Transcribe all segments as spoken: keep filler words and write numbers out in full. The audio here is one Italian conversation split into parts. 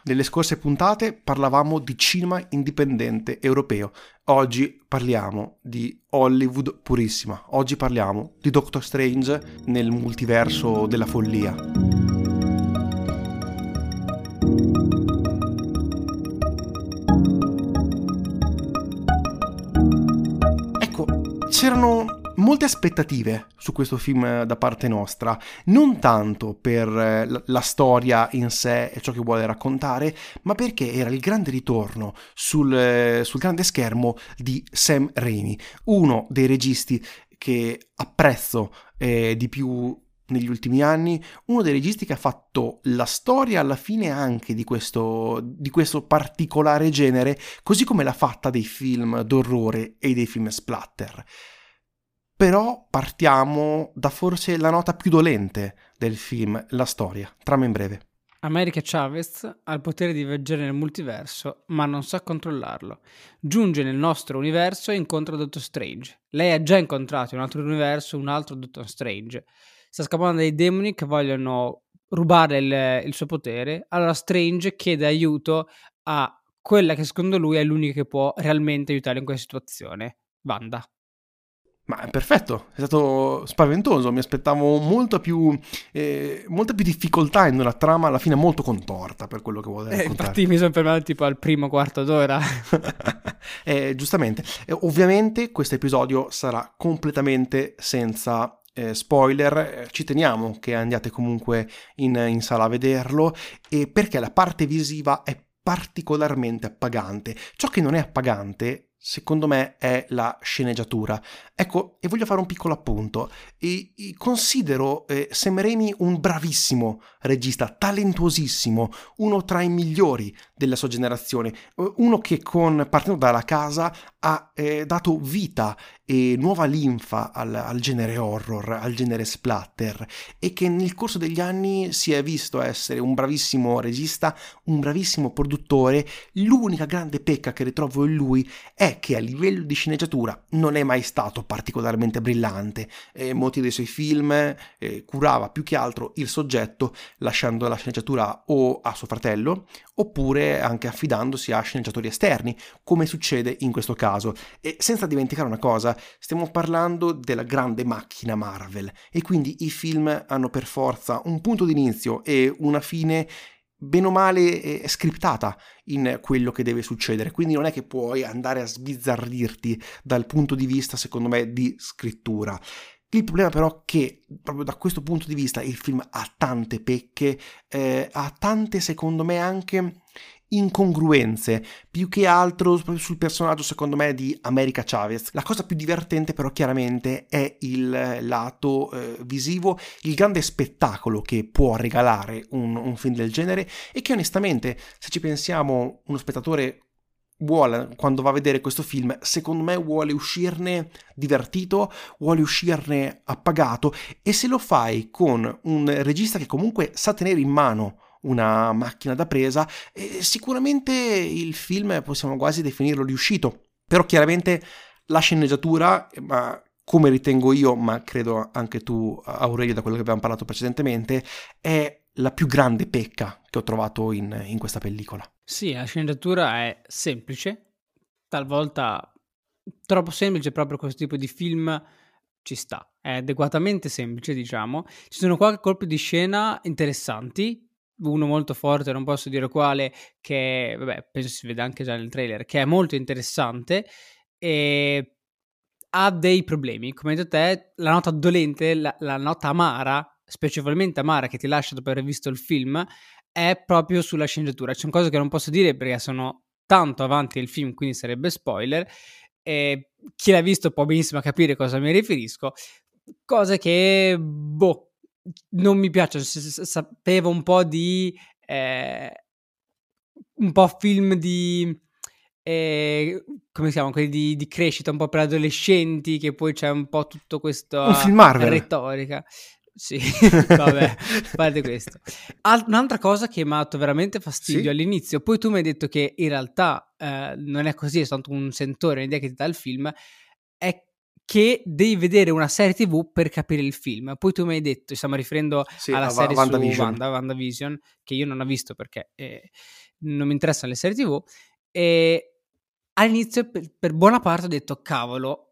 Nelle scorse puntate parlavamo di cinema indipendente europeo. Oggi parliamo di Hollywood purissima. Oggi parliamo di Doctor Strange nel multiverso della follia. Ecco, c'erano molte aspettative su questo film da parte nostra, non tanto per la storia in sé e ciò che vuole raccontare, ma perché era il grande ritorno sul, sul grande schermo di Sam Raimi, uno dei registi che apprezzo eh, di più negli ultimi anni, uno dei registi che ha fatto la storia alla fine anche di questo, di questo particolare genere, così come l'ha fatta dei film d'orrore e dei film splatter. Però partiamo da forse la nota più dolente del film, la storia. Trama in breve. America Chavez ha il potere di viaggiare nel multiverso, ma non sa controllarlo. Giunge nel nostro universo e incontra Doctor Strange. Lei ha già incontrato in un altro universo un altro Doctor Strange. Sta scappando dai demoni che vogliono rubare il, il suo potere. Allora Strange chiede aiuto a quella che secondo lui è l'unica che può realmente aiutare in questa situazione, Wanda. Ma è perfetto, è stato spaventoso, mi aspettavo molto più, eh, molta più difficoltà in una trama alla fine molto contorta per quello che vuole raccontare. Eh, infatti mi sono fermato tipo al primo quarto d'ora. eh, giustamente, eh, ovviamente questo episodio sarà completamente senza eh, spoiler, eh, ci teniamo che andiate comunque in, in sala a vederlo, e perché la parte visiva è particolarmente appagante. Ciò che non è appagante, secondo me, è la sceneggiatura. Ecco, e voglio fare un piccolo appunto. E, e considero eh, Sam Raimi un bravissimo regista, talentuosissimo, uno tra i migliori della sua generazione, uno che con Partendo dalla casa ha eh, dato vita e nuova linfa al, al genere horror, al genere splatter, e che nel corso degli anni si è visto essere un bravissimo regista, un bravissimo produttore. L'unica grande pecca che ritrovo in lui è che a livello di sceneggiatura non è mai stato particolarmente brillante. Eh, molti dei suoi film eh, curava più che altro il soggetto, lasciando la sceneggiatura o a suo fratello, oppure anche affidandosi a sceneggiatori esterni, come succede in questo caso. E senza dimenticare una cosa, stiamo parlando della grande macchina Marvel, e quindi i film hanno per forza un punto d'inizio e una fine bene o male eh, scriptata in quello che deve succedere, quindi non è che puoi andare a sbizzarrirti dal punto di vista, secondo me, di scrittura. Il problema però è che proprio da questo punto di vista il film ha tante pecche, eh, ha tante, secondo me, anche incongruenze, più che altro sul personaggio, secondo me, di America Chavez. La cosa più divertente però chiaramente è il lato eh, visivo, il grande spettacolo che può regalare un, un film del genere, e che onestamente, se ci pensiamo, uno spettatore vuole, quando va a vedere questo film, secondo me vuole uscirne divertito, vuole uscirne appagato, e se lo fai con un regista che comunque sa tenere in mano una macchina da presa, eh, sicuramente il film possiamo quasi definirlo riuscito. Però chiaramente la sceneggiatura, ma come ritengo io, ma credo anche tu, Aurelio, da quello che abbiamo parlato precedentemente, è la più grande pecca che ho trovato in, in questa pellicola. Sì, la sceneggiatura è semplice, talvolta troppo semplice, proprio questo tipo di film ci sta, è adeguatamente semplice, diciamo. Ci sono qualche colpi di scena interessanti, uno molto forte, non posso dire quale, che vabbè, penso si veda anche già nel trailer, che è molto interessante e ha dei problemi. Come hai detto te, la nota dolente, la, la nota amara, specialmente amara, che ti lascia dopo aver visto il film, è proprio sulla sceneggiatura. C'è una cosa che non posso dire perché sono tanto avanti nel film, quindi sarebbe spoiler, e chi l'ha visto può benissimo capire cosa mi riferisco. Cose che, boh, non mi piacciono. Sapevo un po' di eh, un po' film di eh, come si chiama, quelli di, di crescita un po' per adolescenti, che poi c'è un po' tutto questo un film Marvel, retorica. Sì, vabbè, a parte questo. Al- un'altra cosa che mi ha dato veramente fastidio sì? all'inizio, poi tu mi hai detto che in realtà eh, non è così, è soltanto un sentore, un'idea che ti dà il film, è che devi vedere una serie tivù per capire il film. Poi tu mi hai detto, stiamo riferendo Sì, alla a serie WandaVision. su Wanda, WandaVision, che io non ho visto perché eh, non mi interessano le serie tv, e all'inizio per, per buona parte ho detto cavolo,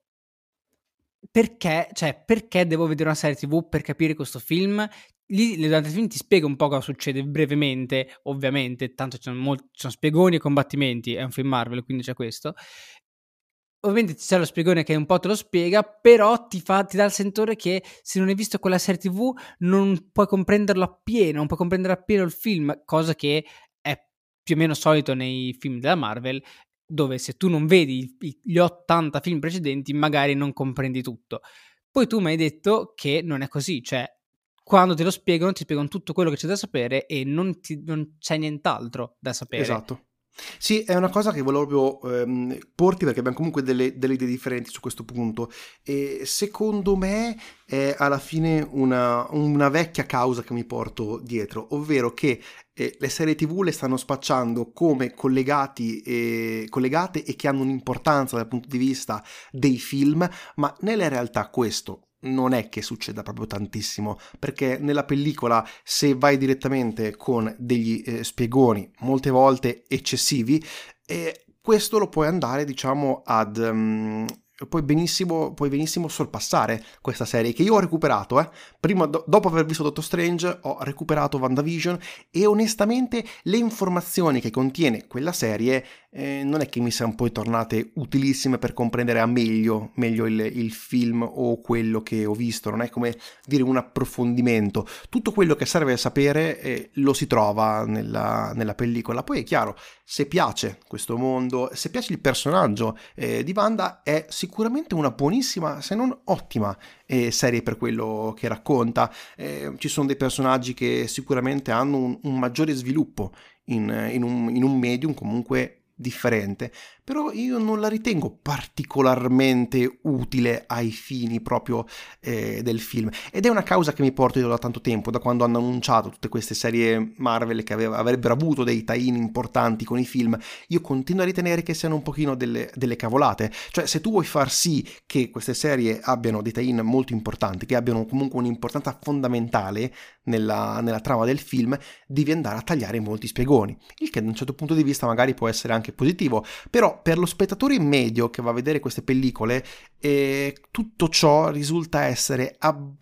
perché, cioè, perché devo vedere una serie tv per capire questo film? Lì durante il film ti spiega un po' cosa succede brevemente, ovviamente, tanto ci sono, molti, ci sono spiegoni e combattimenti, è un film Marvel, quindi c'è questo. Ovviamente c'è lo spiegone che un po' te lo spiega, però ti, fa, ti dà il sentore che se non hai visto quella serie tv non puoi comprenderlo appieno, non puoi comprendere appieno il film, cosa che è più o meno solito nei film della Marvel, dove se tu non vedi gli ottanta film precedenti magari non comprendi tutto. Poi tu mi hai detto che non è così, cioè quando te lo spiegano ti spiegano tutto quello che c'è da sapere e non, ti, non c'è nient'altro da sapere. Esatto. Sì, è una cosa che volevo proprio ehm, porti, perché abbiamo comunque delle, delle idee differenti su questo punto, e secondo me è alla fine una, una vecchia causa che mi porto dietro, ovvero che eh, le serie tv le stanno spacciando come collegati e, collegate e che hanno un'importanza dal punto di vista dei film, ma nella realtà questo non è che succeda proprio tantissimo, perché nella pellicola, se vai direttamente con degli eh, spiegoni molte volte eccessivi, eh, questo lo puoi andare, diciamo, ad um, puoi benissimo, puoi benissimo sorpassare questa serie, che io ho recuperato, eh. Prima, do, dopo aver visto Doctor Strange, ho recuperato WandaVision, e onestamente le informazioni che contiene quella serie eh, non è che mi siano poi tornate utilissime per comprendere a meglio, meglio il, il film o quello che ho visto. Non è come dire un approfondimento, tutto quello che serve a sapere eh, lo si trova nella, nella pellicola. Poi è chiaro, se piace questo mondo, se piace il personaggio eh, di Wanda, è sicuramente una buonissima, se non ottima eh, serie per quello che racconta. Eh, ci sono dei personaggi che sicuramente hanno un, un maggiore sviluppo in, in, un, in un medium comunque differente, però io non la ritengo particolarmente utile ai fini proprio eh, del film, ed è una causa che mi porto io da tanto tempo, da quando hanno annunciato tutte queste serie Marvel che aveva, avrebbero avuto dei tie-in importanti con i film. Io continuo a ritenere che siano un pochino delle, delle cavolate, cioè se tu vuoi far sì che queste serie abbiano dei tie-in molto importanti, che abbiano comunque un'importanza fondamentale nella, nella trama del film, devi andare a tagliare molti spiegoni, il che da un certo punto di vista magari può essere anche positivo, però per lo spettatore medio che va a vedere queste pellicole eh, tutto ciò risulta essere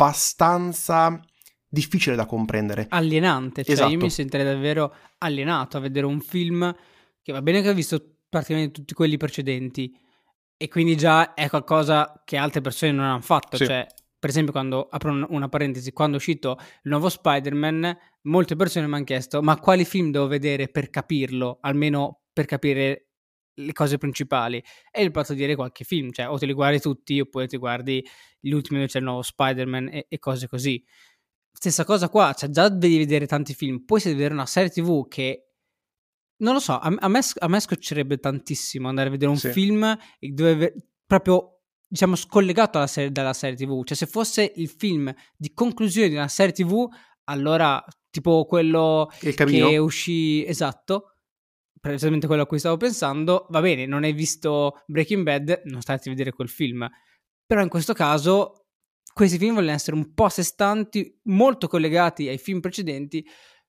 abbastanza difficile da comprendere, alienante, cioè esatto. Io mi sentirei davvero alienato a vedere un film che va bene che ho visto praticamente tutti quelli precedenti, e quindi già è qualcosa che altre persone non hanno fatto, sì. Cioè per esempio, quando apro una parentesi, quando è uscito il nuovo Spider-Man, molte persone mi hanno chiesto ma quali film devo vedere per capirlo, almeno per capire le cose principali, e io posso dire qualche film, cioè o te li guardi tutti oppure ti guardi l'ultimo dove c'è il nuovo Spider-Man e, e cose così. Stessa cosa qua, cioè già devi vedere tanti film, poi se devi vedere una serie tv che non lo so, a, a, me, a me scoccerebbe tantissimo andare a vedere un sì. film dove proprio, diciamo, scollegato dalla serie, dalla serie tv, cioè se fosse il film di conclusione di una serie tv, allora tipo quello il Camino, che uscì, esatto, precisamente quello a cui stavo pensando, va bene, non hai visto Breaking Bad, non starti a vedere quel film, però in questo caso questi film vogliono essere un po' a sé stanti, molto collegati ai film precedenti,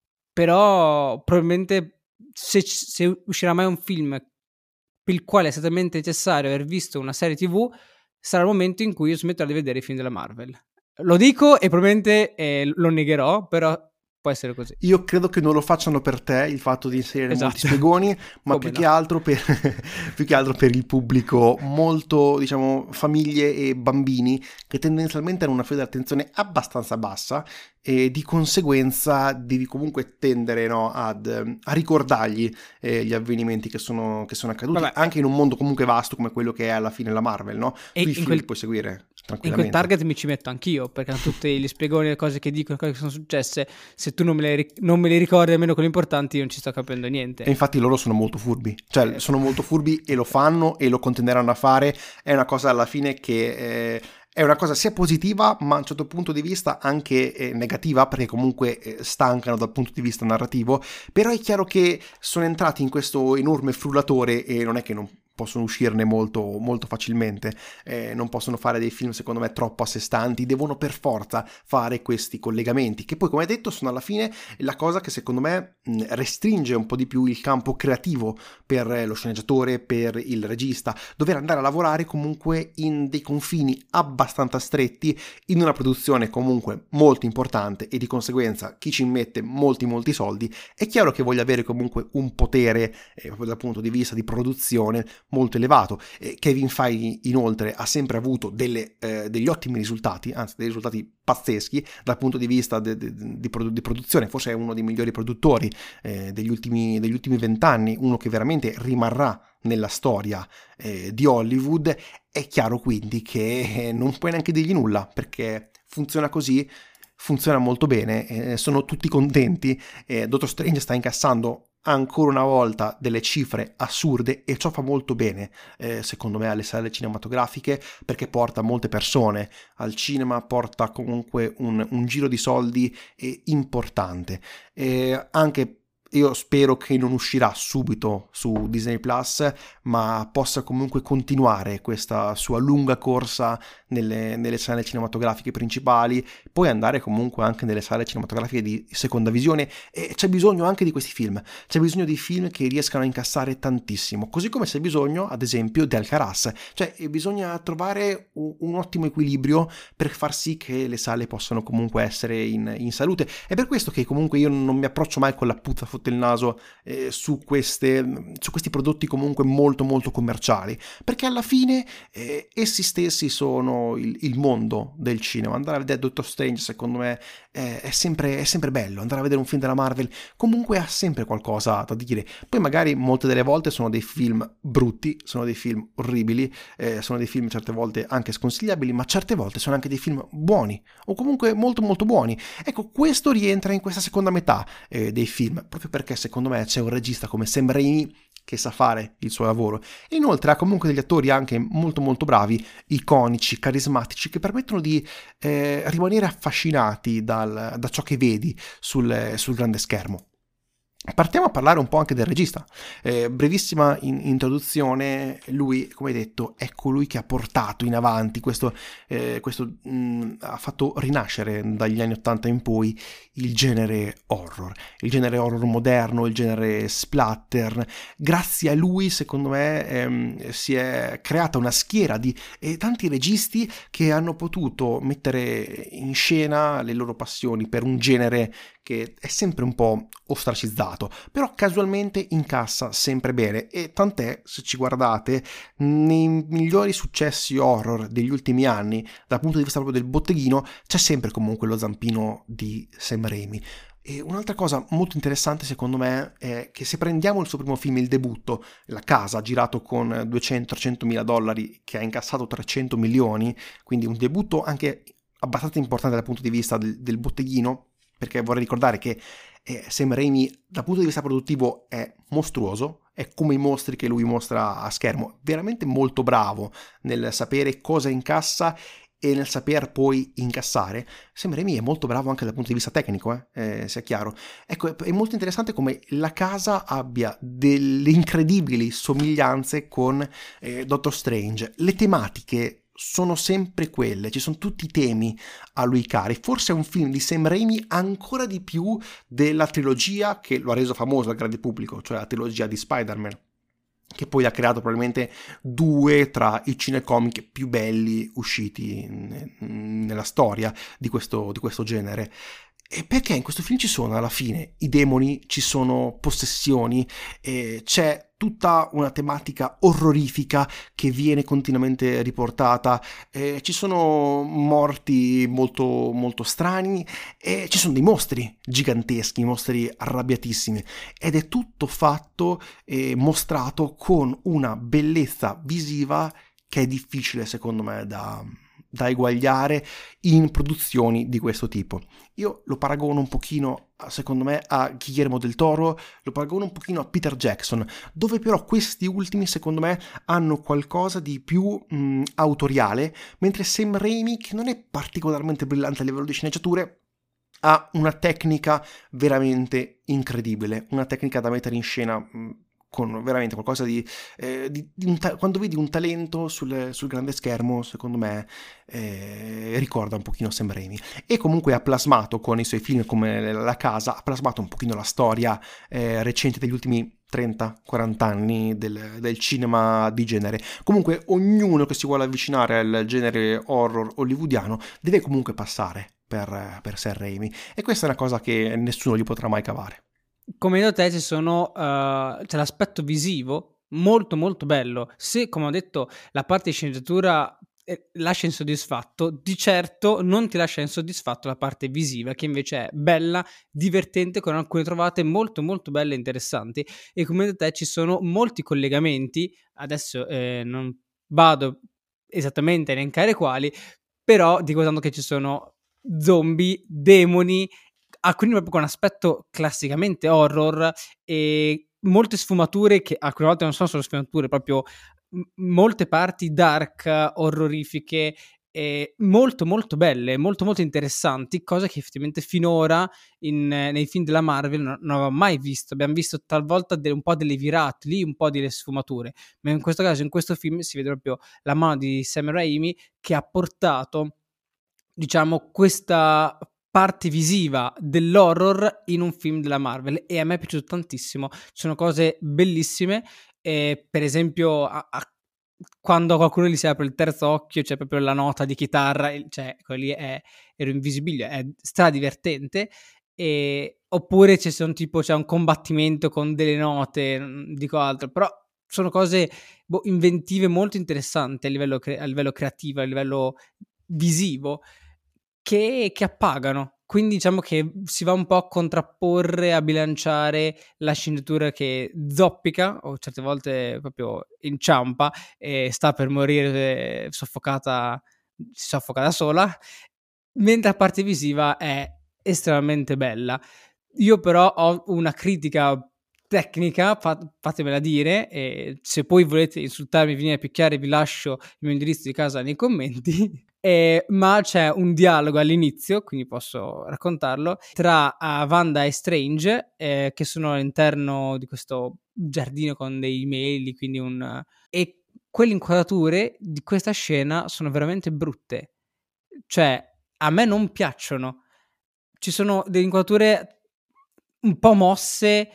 però probabilmente se, se uscirà mai un film per il quale è esattamente necessario aver visto una serie tv, sarà il momento in cui io smetterò di vedere i film della Marvel. Lo dico e probabilmente eh, lo negherò, però può essere così. Io credo che non lo facciano per te il fatto di inserire esatto. molti spiegoni, ma più, no? che altro per, più che altro per il pubblico molto, diciamo, famiglie e bambini, che tendenzialmente hanno una fede d'attenzione abbastanza bassa, e di conseguenza devi comunque tendere, no, ad, a ricordargli eh, gli avvenimenti che sono, che sono accaduti. Vabbè, anche in un mondo comunque vasto come quello che è alla fine la Marvel, no? E tu i in film quel, li puoi seguire tranquillamente. In quel target mi ci metto anch'io, perché hanno tutti gli spiegoni, le cose che dicono, le cose che sono successe. Se tu non me le, non me le ricordi, almeno quelle importanti, io non ci sto capendo niente. E infatti loro sono molto furbi, cioè eh, sono molto furbi e lo fanno e lo continueranno a fare. È una cosa alla fine che... Eh, è una cosa sia positiva, ma a un certo punto di vista anche eh, negativa, perché comunque eh, stancano dal punto di vista narrativo. Però è chiaro che sono entrati in questo enorme frullatore e non è che non possono uscirne molto, molto facilmente, eh, non possono fare dei film secondo me troppo a sé stanti, devono per forza fare questi collegamenti, che poi come detto sono alla fine la cosa che secondo me mh, restringe un po' di più il campo creativo per lo sceneggiatore, per il regista, dover andare a lavorare comunque in dei confini abbastanza stretti, in una produzione comunque molto importante, e di conseguenza chi ci mette molti molti soldi è chiaro che voglia avere comunque un potere eh, proprio dal punto di vista di produzione molto elevato. Eh, Kevin Feige inoltre ha sempre avuto delle, eh, degli ottimi risultati, anzi dei risultati pazzeschi dal punto di vista de, de, di, produ- di produzione, forse è uno dei migliori produttori eh, degli ultimi degli ultimi vent'anni, uno che veramente rimarrà nella storia eh, di Hollywood. È chiaro quindi che non puoi neanche dirgli nulla, perché funziona così, funziona molto bene, eh, sono tutti contenti. eh, Doctor Strange sta incassando ancora una volta delle cifre assurde e ciò fa molto bene eh, secondo me alle sale cinematografiche, perché porta molte persone al cinema, porta comunque un, un giro di soldi eh, importante. eh, anche io spero che non uscirà subito su Disney Plus, ma possa comunque continuare questa sua lunga corsa nelle, nelle sale cinematografiche principali, poi andare comunque anche nelle sale cinematografiche di seconda visione. E c'è bisogno anche di questi film, c'è bisogno di film che riescano a incassare tantissimo, così come c'è bisogno ad esempio di Alcaraz, cioè bisogna trovare un, un ottimo equilibrio per far sì che le sale possano comunque essere in, in salute. È per questo che comunque io non mi approccio mai con la puzza sotto il naso eh, su, queste, su questi prodotti comunque molto molto commerciali, perché alla fine eh, essi stessi sono il, il mondo del cinema. Andare a vedere Doctor Strange secondo me eh, è, sempre, è sempre bello, andare a vedere un film della Marvel comunque ha sempre qualcosa da dire. Poi magari molte delle volte sono dei film brutti, sono dei film orribili, eh, sono dei film certe volte anche sconsigliabili, ma certe volte sono anche dei film buoni o comunque molto molto buoni. Ecco, questo rientra in questa seconda metà eh, dei film, proprio perché secondo me c'è un regista come Sam Raimi che sa fare il suo lavoro, e inoltre ha comunque degli attori anche molto molto bravi, iconici, carismatici, che permettono di eh, rimanere affascinati dal, da ciò che vedi sul, sul grande schermo. Partiamo a parlare un po' anche del regista. Eh, brevissima in- introduzione, lui, come hai detto, è colui che ha portato in avanti questo, eh, questo mh, ha fatto rinascere dagli anni ottanta in poi il genere horror, il genere horror moderno, il genere splatter. Grazie a lui, secondo me, ehm, si è creata una schiera di eh, tanti registi che hanno potuto mettere in scena le loro passioni per un genere che è sempre un po' ostracizzato, però casualmente incassa sempre bene, e tant'è, se ci guardate, nei migliori successi horror degli ultimi anni, dal punto di vista proprio del botteghino, c'è sempre comunque lo zampino di Sam Raimi. E un'altra cosa molto interessante secondo me è che se prendiamo il suo primo film, il debutto, La Casa, girato con duecento trecento mila dollari, che ha incassato trecento milioni, quindi un debutto anche abbastanza importante dal punto di vista del, del botteghino, perché vorrei ricordare che eh, Sam Raimi dal punto di vista produttivo è mostruoso, è come i mostri che lui mostra a schermo, veramente molto bravo nel sapere cosa incassa e nel saper poi incassare. Sam Raimi è molto bravo anche dal punto di vista tecnico, eh, eh, sia chiaro. Ecco, è molto interessante come La Casa abbia delle incredibili somiglianze con eh, Doctor Strange. Le tematiche sono sempre quelle, ci sono tutti i temi a lui cari. Forse è un film di Sam Raimi ancora di più della trilogia che lo ha reso famoso al grande pubblico, cioè la trilogia di Spider-Man, che poi ha creato probabilmente due tra i cinecomic più belli usciti nella storia di questo, di questo genere. E perché in questo film ci sono alla fine i demoni, ci sono possessioni, e c'è tutta una tematica orrorifica che viene continuamente riportata, e ci sono morti molto molto strani, e ci sono dei mostri giganteschi, mostri arrabbiatissimi, ed è tutto fatto e mostrato con una bellezza visiva che è difficile secondo me da da eguagliare in produzioni di questo tipo. Io lo paragono un pochino, secondo me, a Guillermo del Toro, lo paragono un pochino a Peter Jackson, dove però questi ultimi, secondo me, hanno qualcosa di più mh, autoriale, mentre Sam Raimi, che non è particolarmente brillante a livello di sceneggiature, ha una tecnica veramente incredibile, una tecnica da mettere in scena mh, con veramente qualcosa di, eh, di, di un ta- quando vedi un talento sul, sul grande schermo, secondo me eh, ricorda un pochino Sam Raimi, e comunque ha plasmato con i suoi film come La Casa, ha plasmato un pochino la storia eh, recente degli ultimi trenta quaranta anni del, del cinema di genere. Comunque ognuno che si vuole avvicinare al genere horror hollywoodiano deve comunque passare per, per Sam Raimi, e questa è una cosa che nessuno gli potrà mai cavare. Come da te ci sono, uh, c'è l'aspetto visivo molto molto bello. Se, come ho detto, la parte di sceneggiatura eh, lascia insoddisfatto, di certo non ti lascia insoddisfatto la parte visiva, che invece è bella, divertente, con alcune trovate molto molto belle e interessanti. E come da te ci sono molti collegamenti, adesso eh, non vado esattamente a elencare quali, però dico tanto che ci sono zombie, demoni, alcuni proprio con aspetto classicamente horror, e molte sfumature che alcune volte non sono solo sfumature, proprio m- molte parti dark, orrorifiche, e molto molto belle, molto molto interessanti, cose che effettivamente finora in, nei film della Marvel non, non avevamo mai visto. Abbiamo visto talvolta de, un po' delle virate lì, un po' delle sfumature, ma in questo caso, in questo film, si vede proprio la mano di Sam Raimi che ha portato, diciamo, questa parte visiva dell'horror in un film della Marvel, e a me è piaciuto tantissimo. Ci sono cose bellissime, e per esempio a, a, quando a qualcuno gli si apre il terzo occhio c'è proprio la nota di chitarra, cioè quello lì è Ero Invisibile, è stradivertente. E, oppure ci sono tipo c'è un combattimento con delle note, non dico altro, però sono cose boh, inventive, molto interessanti a livello, cre- a livello creativo, a livello visivo, che, che appagano. Quindi diciamo che si va un po' a contrapporre, a bilanciare la sceneggiatura che zoppica o certe volte proprio inciampa e sta per morire soffocata, si soffoca da sola, mentre la parte visiva è estremamente bella. Io però ho una critica tecnica, fa- fatemela dire, e se poi volete insultarmi, venire a picchiare, vi lascio il mio indirizzo di casa nei commenti. Eh, ma c'è un dialogo all'inizio, quindi posso raccontarlo, tra uh, Wanda e Strange, eh, che sono all'interno di questo giardino con dei meli, quindi un... Uh, e quelle inquadrature di questa scena sono veramente brutte. Cioè, a me non piacciono. Ci sono delle inquadrature un po' mosse,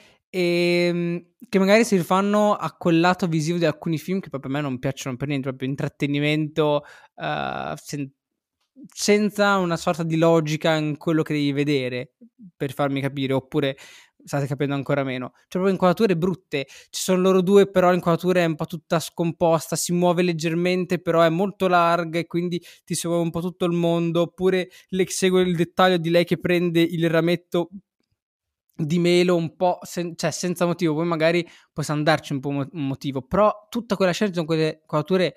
e che magari si rifanno a quel lato visivo di alcuni film che proprio a me non piacciono per niente, proprio intrattenimento uh, sen- senza una sorta di logica in quello che devi vedere, per farmi capire, oppure state capendo ancora meno. Cioè proprio inquadrature brutte, ci sono loro due, però l'inquadratura è un po' tutta scomposta, si muove leggermente però è molto larga e quindi ti segue un po' tutto il mondo, oppure le segue il dettaglio di lei che prende il rametto di melo un po' sen- cioè senza motivo, poi magari possa andarci un po' mo- un motivo, però tutta quella scena sono quelle quadrature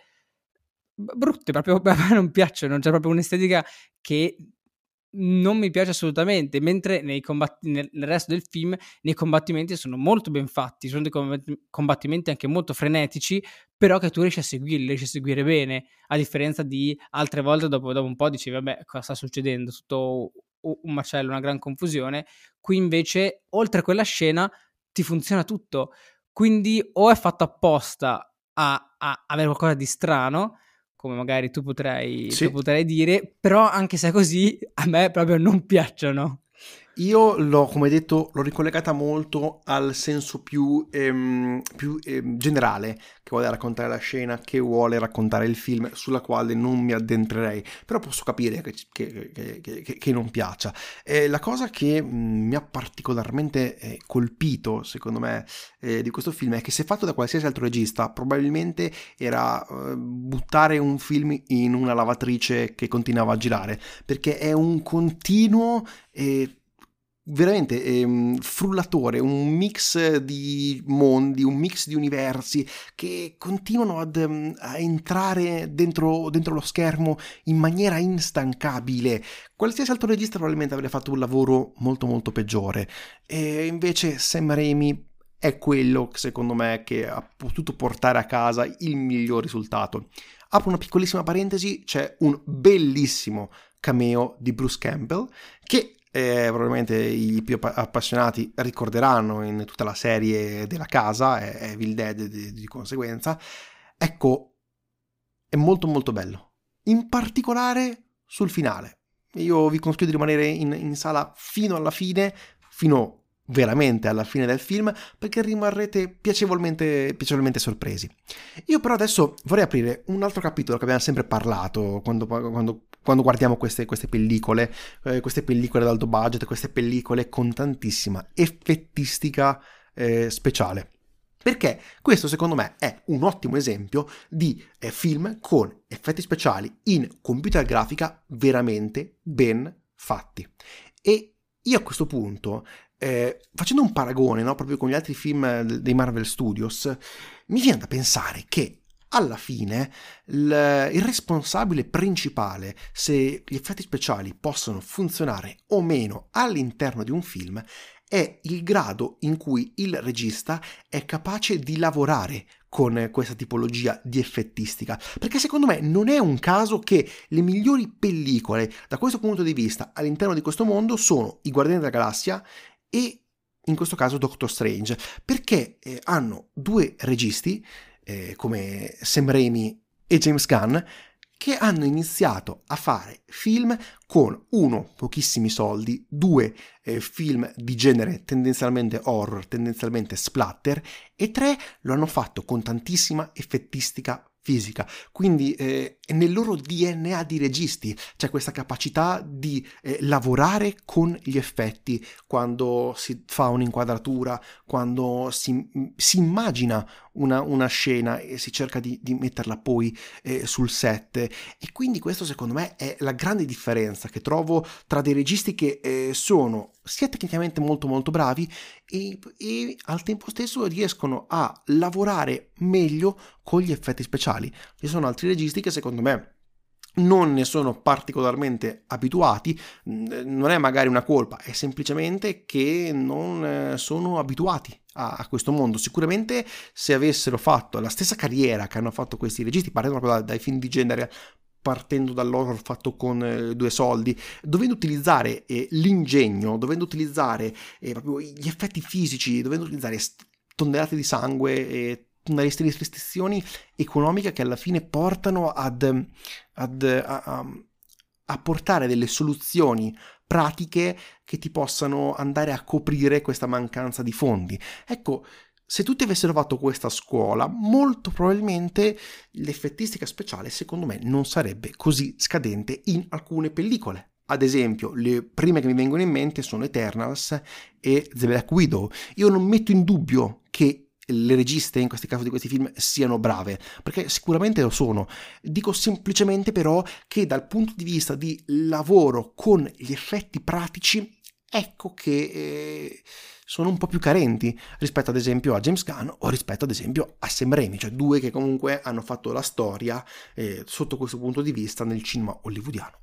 b- brutte, proprio a me non piacciono, c'è proprio un'estetica che non mi piace assolutamente, mentre nei combatti- nel, nel resto del film nei combattimenti sono molto ben fatti, sono dei combat- combattimenti anche molto frenetici, però che tu riesci a seguirli, riesci a seguire bene, a differenza di altre volte dopo, dopo un po' dici vabbè cosa sta succedendo, tutto un macello, una gran confusione. Qui invece oltre a quella scena ti funziona tutto, quindi o è fatto apposta a, a avere qualcosa di strano, come magari tu potrai, tu Sì. potrai dire, però anche se è così, a me proprio non piacciono. Io l'ho, come detto, l'ho ricollegata molto al senso più, ehm, più ehm, generale che vuole raccontare la scena, che vuole raccontare il film, sulla quale non mi addentrerei, però posso capire che, che, che, che, che non piaccia. Eh, la cosa che mh, mi ha particolarmente eh, colpito, secondo me, eh, di questo film è che se fatto da qualsiasi altro regista, probabilmente era eh, buttare un film in una lavatrice che continuava a girare, perché è un continuo... Eh, veramente ehm, frullatore, un mix di mondi, un mix di universi che continuano ad, um, a entrare dentro, dentro lo schermo in maniera instancabile. Qualsiasi altro regista probabilmente avrebbe fatto un lavoro molto molto peggiore, e invece Sam Raimi è quello, secondo me, che ha potuto portare a casa il miglior risultato. Apro una piccolissima parentesi, c'è un bellissimo cameo di Bruce Campbell che eh, probabilmente i più app- appassionati ricorderanno in tutta la serie della casa, eh, Evil Dead di, di conseguenza. Ecco, è molto molto bello, in particolare sul finale. Io vi consiglio di rimanere in, in sala fino alla fine, fino veramente alla fine del film, perché rimarrete piacevolmente, piacevolmente sorpresi. Io però adesso vorrei aprire un altro capitolo che abbiamo sempre parlato quando, quando, quando guardiamo queste, queste pellicole, eh, queste pellicole ad alto budget, queste pellicole con tantissima effettistica eh, speciale. Perché questo secondo me è un ottimo esempio di eh, film con effetti speciali in computer grafica veramente ben fatti. E io a questo punto, eh, facendo un paragone, no, proprio con gli altri film dei Marvel Studios, mi viene da pensare che alla fine il, il responsabile principale se gli effetti speciali possono funzionare o meno all'interno di un film è il grado in cui il regista è capace di lavorare con questa tipologia di effettistica, perché secondo me non è un caso che le migliori pellicole da questo punto di vista all'interno di questo mondo sono I Guardiani della Galassia e in questo caso Doctor Strange, perché eh, hanno due registi eh, come Sam Raimi e James Gunn che hanno iniziato a fare film con uno, pochissimi soldi, due, eh, film di genere tendenzialmente horror, tendenzialmente splatter, e tre, lo hanno fatto con tantissima effettistica fisica. Quindi eh, nel loro D N A di registi c'è questa capacità di eh, lavorare con gli effetti quando si fa un'inquadratura, quando si, si immagina una, una scena e si cerca di, di metterla poi eh, sul set. E quindi questo secondo me è la grande differenza che trovo tra dei registi che eh, sono sia tecnicamente molto molto bravi e, e al tempo stesso riescono a lavorare meglio con gli effetti speciali. Ci sono altri registi che secondo me non ne sono particolarmente abituati, non è magari una colpa, è semplicemente che non sono abituati a, a questo mondo. Sicuramente se avessero fatto la stessa carriera che hanno fatto questi registi, partendo proprio dai, dai film di genere, partendo dall'horror fatto con eh, due soldi, dovendo utilizzare eh, l'ingegno, dovendo utilizzare eh, proprio gli effetti fisici, dovendo utilizzare st- tonnellate di sangue e una restrizioni economiche che alla fine portano ad, ad a, a, a portare delle soluzioni pratiche che ti possano andare a coprire questa mancanza di fondi. Ecco, se tutti avessero fatto questa scuola, molto probabilmente l'effettistica speciale, secondo me, non sarebbe così scadente in alcune pellicole. Ad esempio, le prime che mi vengono in mente sono Eternals e The Black Widow. Io non metto in dubbio che le registe in questi casi di questi film siano brave, perché sicuramente lo sono. Dico semplicemente però che dal punto di vista di lavoro con gli effetti pratici, ecco che eh, sono un po' più carenti rispetto ad esempio a James Gunn o rispetto ad esempio a Sam Raimi, cioè due che comunque hanno fatto la storia eh, sotto questo punto di vista nel cinema hollywoodiano.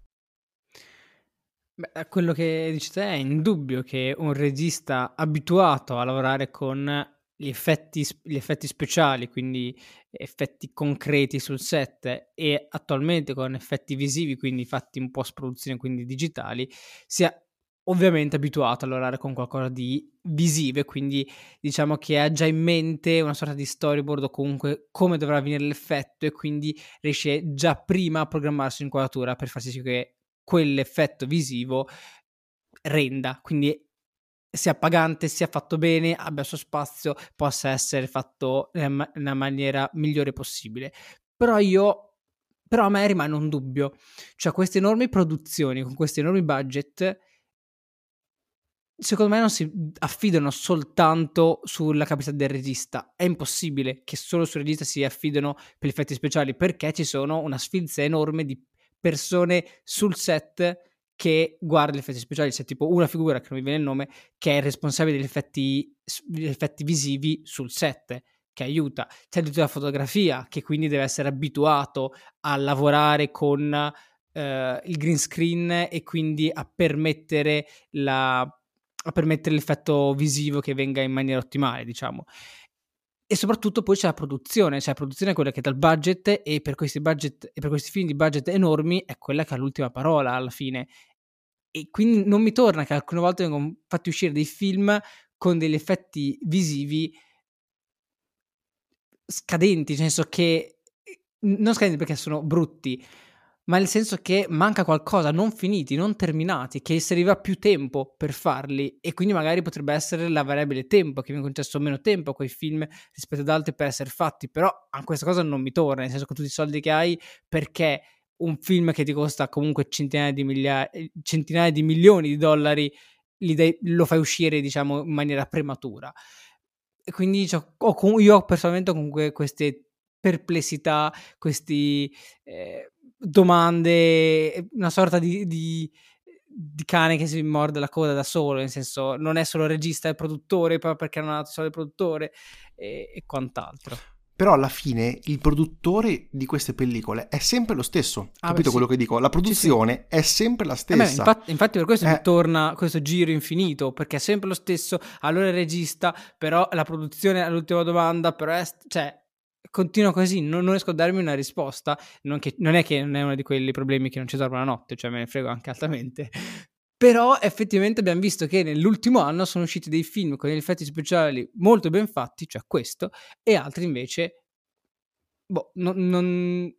Beh, quello che dici te è indubbio che un regista abituato a lavorare con gli effetti, gli effetti speciali, quindi effetti concreti sul set, e attualmente con effetti visivi, quindi fatti in post-produzione, quindi digitali, sia ovviamente abituato a lavorare con qualcosa di visivo, quindi diciamo che ha già in mente una sorta di storyboard o comunque come dovrà avvenire l'effetto, e quindi riesce già prima a programmarsi l'inquadratura per far sì che quell'effetto visivo renda, quindi sia pagante, sia fatto bene, abbia il suo spazio, possa essere fatto nella, nella maniera migliore possibile. Però io, però a me rimane un dubbio, cioè queste enormi produzioni con questi enormi budget secondo me non si affidano soltanto sulla capacità del regista. È impossibile che solo sul regista si affidano per gli effetti speciali, perché ci sono una sfilza enorme di persone sul set che guarda gli effetti speciali. C'è tipo una figura, che non mi viene il nome, che è responsabile degli effetti, degli effetti visivi sul set, che aiuta. C'è tutta la fotografia, che quindi deve essere abituato a lavorare con eh, il green screen e quindi a permettere la a permettere l'effetto visivo che venga in maniera ottimale, diciamo. E soprattutto poi c'è la produzione, cioè la produzione è quella che dà il budget, e per questi budget e per questi film di budget enormi è quella che ha l'ultima parola alla fine. e quindi non mi torna che alcune volte vengono fatti uscire dei film con degli effetti visivi scadenti, nel senso che non scadenti perché sono brutti, ma nel senso che manca qualcosa, non finiti, non terminati, che serviva più tempo per farli, e quindi magari potrebbe essere la variabile tempo, che viene concesso meno tempo a quei film rispetto ad altri per essere fatti, però a questa cosa non mi torna, nel senso che tutti i soldi che hai, perché un film che ti costa comunque centinaia di migliaia, centinaia di milioni di dollari, li dai, lo fai uscire, diciamo, in maniera prematura. E quindi cioè, ho, io personalmente ho comunque queste perplessità, questi eh, domande, una sorta di, di, di cane che si morde la coda da solo, nel senso non è solo regista, è produttore, proprio perché non ha dato solo il produttore e, e quant'altro. Però alla fine il produttore di queste pellicole è sempre lo stesso, ah, capito beh, sì. quello che dico? La produzione sì, sì. è sempre la stessa. Eh beh, infatti, infatti per questo eh. mi torna questo giro infinito, perché è sempre lo stesso, allora è regista, però la produzione è l'ultima domanda, però è, cioè, continua così, non, non riesco a darmi una risposta, non, che, non è che non è uno di quelli problemi che non ci dormo la notte, cioè me ne frego anche altamente. Però effettivamente abbiamo visto che nell'ultimo anno sono usciti dei film con degli effetti speciali molto ben fatti, cioè questo, e altri invece boh, non, non,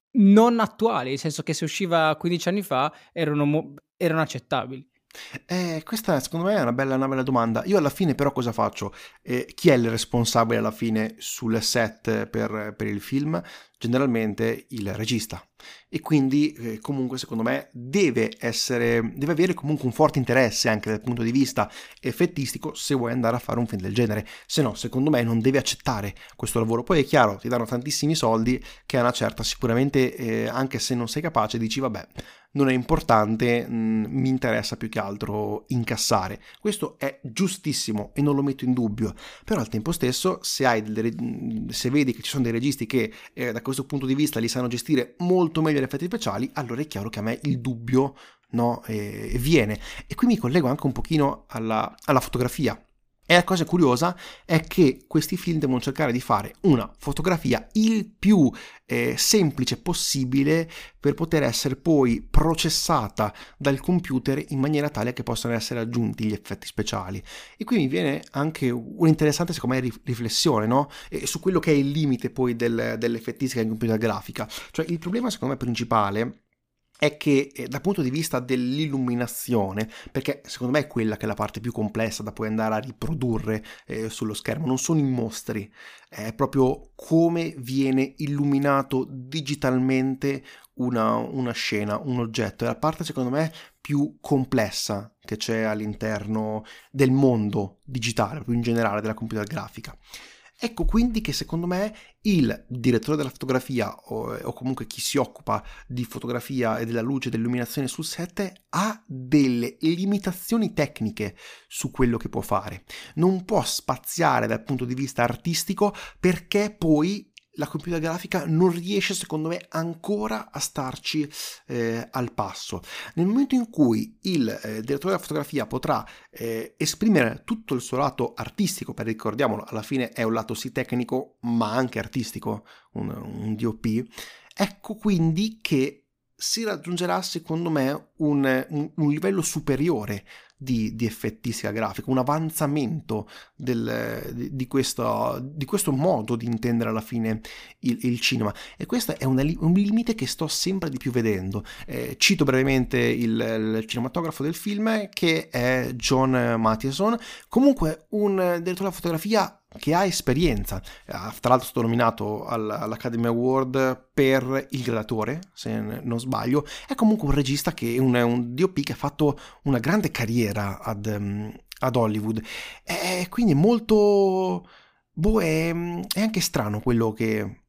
non attuali, nel senso che se usciva quindici anni fa erano, mo- erano accettabili. Eh, questa secondo me è una bella, una bella domanda. Io alla fine però cosa faccio? Eh, chi è il responsabile alla fine sul set per, per il film? Generalmente il regista. E quindi eh, comunque secondo me deve essere, deve avere comunque un forte interesse anche dal punto di vista effettistico se vuoi andare a fare un film del genere. Se no, secondo me non deve accettare questo lavoro. Poi è chiaro, ti danno tantissimi soldi che a una certa sicuramente eh, anche se non sei capace dici vabbè, non è importante, mh, mi interessa più che altro incassare. Questo è giustissimo e non lo metto in dubbio, però al tempo stesso se hai delle, se vedi che ci sono dei registi che eh, da questo punto di vista li sanno gestire molto meglio gli effetti speciali, allora è chiaro che a me il dubbio no, eh, viene. E qui mi collego anche un pochino alla, alla fotografia. E la cosa curiosa è che questi film devono cercare di fare una fotografia il più eh, semplice possibile per poter essere poi processata dal computer in maniera tale che possano essere aggiunti gli effetti speciali. E qui mi viene anche un'interessante secondo me riflessione, no? E su quello che è il limite poi del, dell'effettistica in computer grafica. Cioè il problema secondo me principale è che eh, dal punto di vista dell'illuminazione, perché secondo me è quella che è la parte più complessa da poi andare a riprodurre eh, sullo schermo, non sono i mostri, è proprio come viene illuminato digitalmente una, una scena, un oggetto, è la parte secondo me più complessa che c'è all'interno del mondo digitale, più in generale della computer grafica. Ecco quindi che secondo me il direttore della fotografia o, o comunque chi si occupa di fotografia e della luce e dell'illuminazione sul set ha delle limitazioni tecniche su quello che può fare. Non può spaziare dal punto di vista artistico perché poi la computer grafica non riesce secondo me ancora a starci eh, al passo. Nel momento in cui il eh, direttore della fotografia potrà eh, esprimere tutto il suo lato artistico, perché ricordiamolo alla fine è un lato sì tecnico ma anche artistico, un, un D O P, ecco quindi che si raggiungerà secondo me un, un, un livello superiore di, di effettistica grafica, un avanzamento del, di, di, questo, di questo modo di intendere alla fine il, il cinema, e questo è una, un limite che sto sempre di più vedendo. Eh, cito brevemente il, il cinematografo del film che è John Mathieson, comunque un direttore della fotografia che ha esperienza, tra l'altro è stato nominato all'Academy Award per Il Gladiatore, se non sbaglio, è comunque un regista che è un, un D O P che ha fatto una grande carriera ad, um, ad Hollywood, e quindi è molto boh, è, è anche strano quello che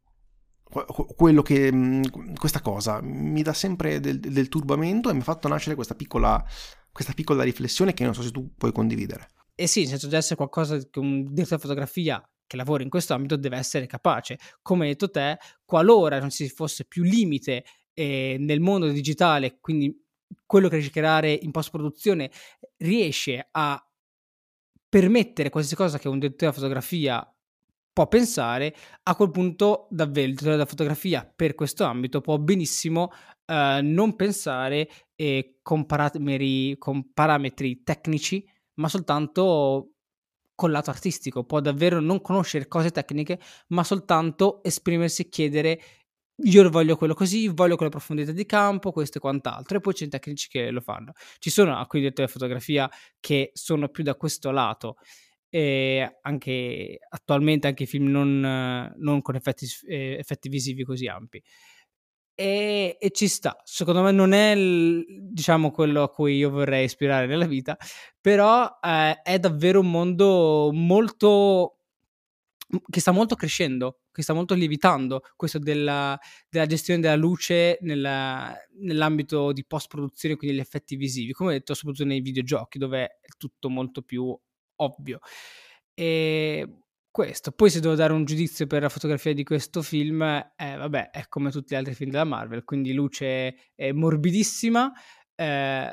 quello che questa cosa mi dà sempre del, del turbamento, e mi ha fatto nascere questa piccola questa piccola riflessione che non so se tu puoi condividere. Eh sì, nel senso deve essere qualcosa che un direttore di fotografia che lavora in questo ambito deve essere capace. Come hai detto te, qualora non ci fosse più limite eh, nel mondo digitale, quindi quello che riesce a creare in post-produzione riesce a permettere qualsiasi cosa che un direttore di fotografia può pensare, a quel punto davvero il direttore della fotografia per questo ambito può benissimo uh, non pensare eh, con, parametri, con parametri tecnici, ma soltanto col lato artistico. Può davvero non conoscere cose tecniche, ma soltanto esprimersi e chiedere: io voglio quello così, voglio quella profondità di campo, questo e quant'altro. E poi c'è i tecnici che lo fanno. Ci sono alcuni direttori di fotografia che sono più da questo lato, e anche attualmente anche film non, non con effetti, eh, effetti visivi così ampi. E, e ci sta. Secondo me non è il, diciamo quello a cui io vorrei ispirare nella vita, però eh, è davvero un mondo molto che sta molto crescendo, che sta molto lievitando, questo della, della gestione della luce nella, nell'ambito di post-produzione, quindi gli effetti visivi, come ho detto, soprattutto nei videogiochi, dove è tutto molto più ovvio. E questo, poi se devo dare un giudizio per la fotografia di questo film, eh, vabbè, è come tutti gli altri film della Marvel, quindi luce è morbidissima, eh,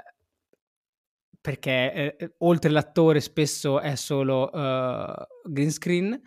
perché eh, oltre l'attore spesso è solo uh, green screen,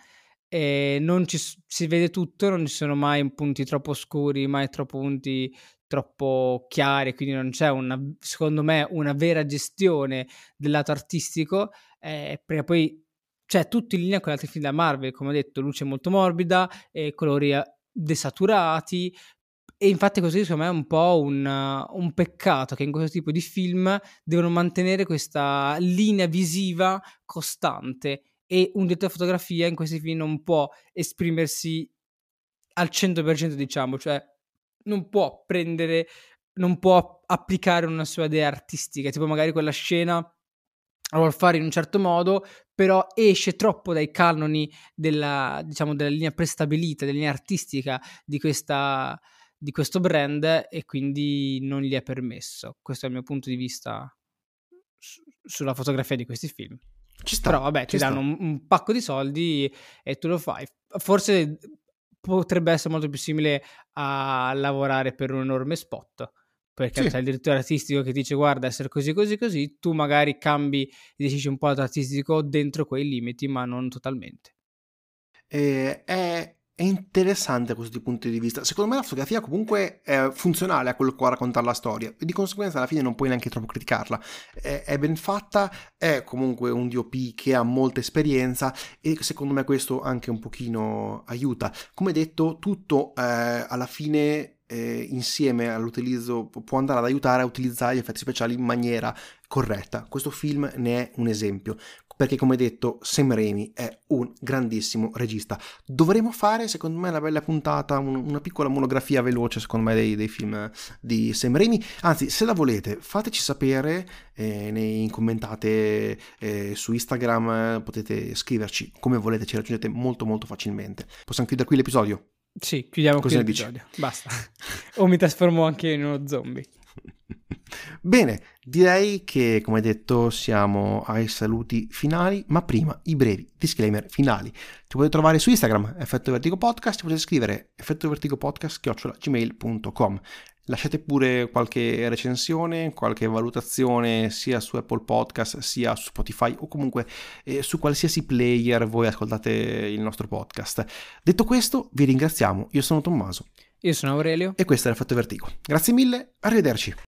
e non ci si vede tutto, non ci sono mai punti troppo scuri, mai troppo punti troppo chiari, quindi non c'è una, secondo me, una vera gestione del lato artistico, eh, perché poi c'è tutto in linea con gli altri film da Marvel, come ho detto, luce molto morbida, eh, colori desaturati, e infatti così secondo me è un po' un, un peccato che in questo tipo di film devono mantenere questa linea visiva costante, e un direttore di fotografia in questi film non può esprimersi al cento per cento, diciamo, cioè non può prendere, non può applicare una sua idea artistica, tipo magari quella scena la vuol fare in un certo modo, però esce troppo dai canoni della, diciamo, della linea prestabilita, della linea artistica di questa, di questo brand, e quindi non gli è permesso. Questo è il mio punto di vista su, sulla fotografia di questi film. Ci sta, però vabbè, ti danno un, un pacco di soldi e tu lo fai. Forse potrebbe essere molto più simile a lavorare per un enorme spot, perché sì, c'è il direttore artistico che dice guarda, essere così così così, tu magari cambi e decidi un po' lato artistico dentro quei limiti, ma non totalmente. Eh, è, è interessante questo punto di vista. Secondo me la fotografia comunque è funzionale a quello che può raccontare la storia, e di conseguenza alla fine non puoi neanche troppo criticarla. È, è ben fatta, è comunque un D O P che ha molta esperienza, e secondo me questo anche un pochino aiuta. Come detto, tutto eh, alla fine Eh, insieme all'utilizzo può andare ad aiutare a utilizzare gli effetti speciali in maniera corretta. Questo film ne è un esempio, perché come detto Sam Raimi è un grandissimo regista. Dovremmo fare secondo me una bella puntata, un, una piccola monografia veloce secondo me dei, dei film di Sam Raimi, anzi se la volete fateci sapere, eh, nei commentate eh, su Instagram, potete scriverci come volete, ci raggiungete molto molto facilmente. Possiamo chiudere qui l'episodio? Sì, chiudiamo Cosa qui l'episodio. Basta. O mi trasformo anche in uno zombie. Bene, direi che come detto siamo ai saluti finali, ma prima i brevi disclaimer finali. Ci potete trovare su Instagram, Effetto Vertigo Podcast, ci potete scrivere effettovertigopodcast chiocciola gmail punto com. Lasciate pure qualche recensione, qualche valutazione sia su Apple Podcast sia su Spotify, o comunque eh, su qualsiasi player voi ascoltate il nostro podcast. Detto questo, vi ringraziamo. Io sono Tommaso. Io sono Aurelio. E questo è l'Effetto Vertigo. Grazie mille, arrivederci.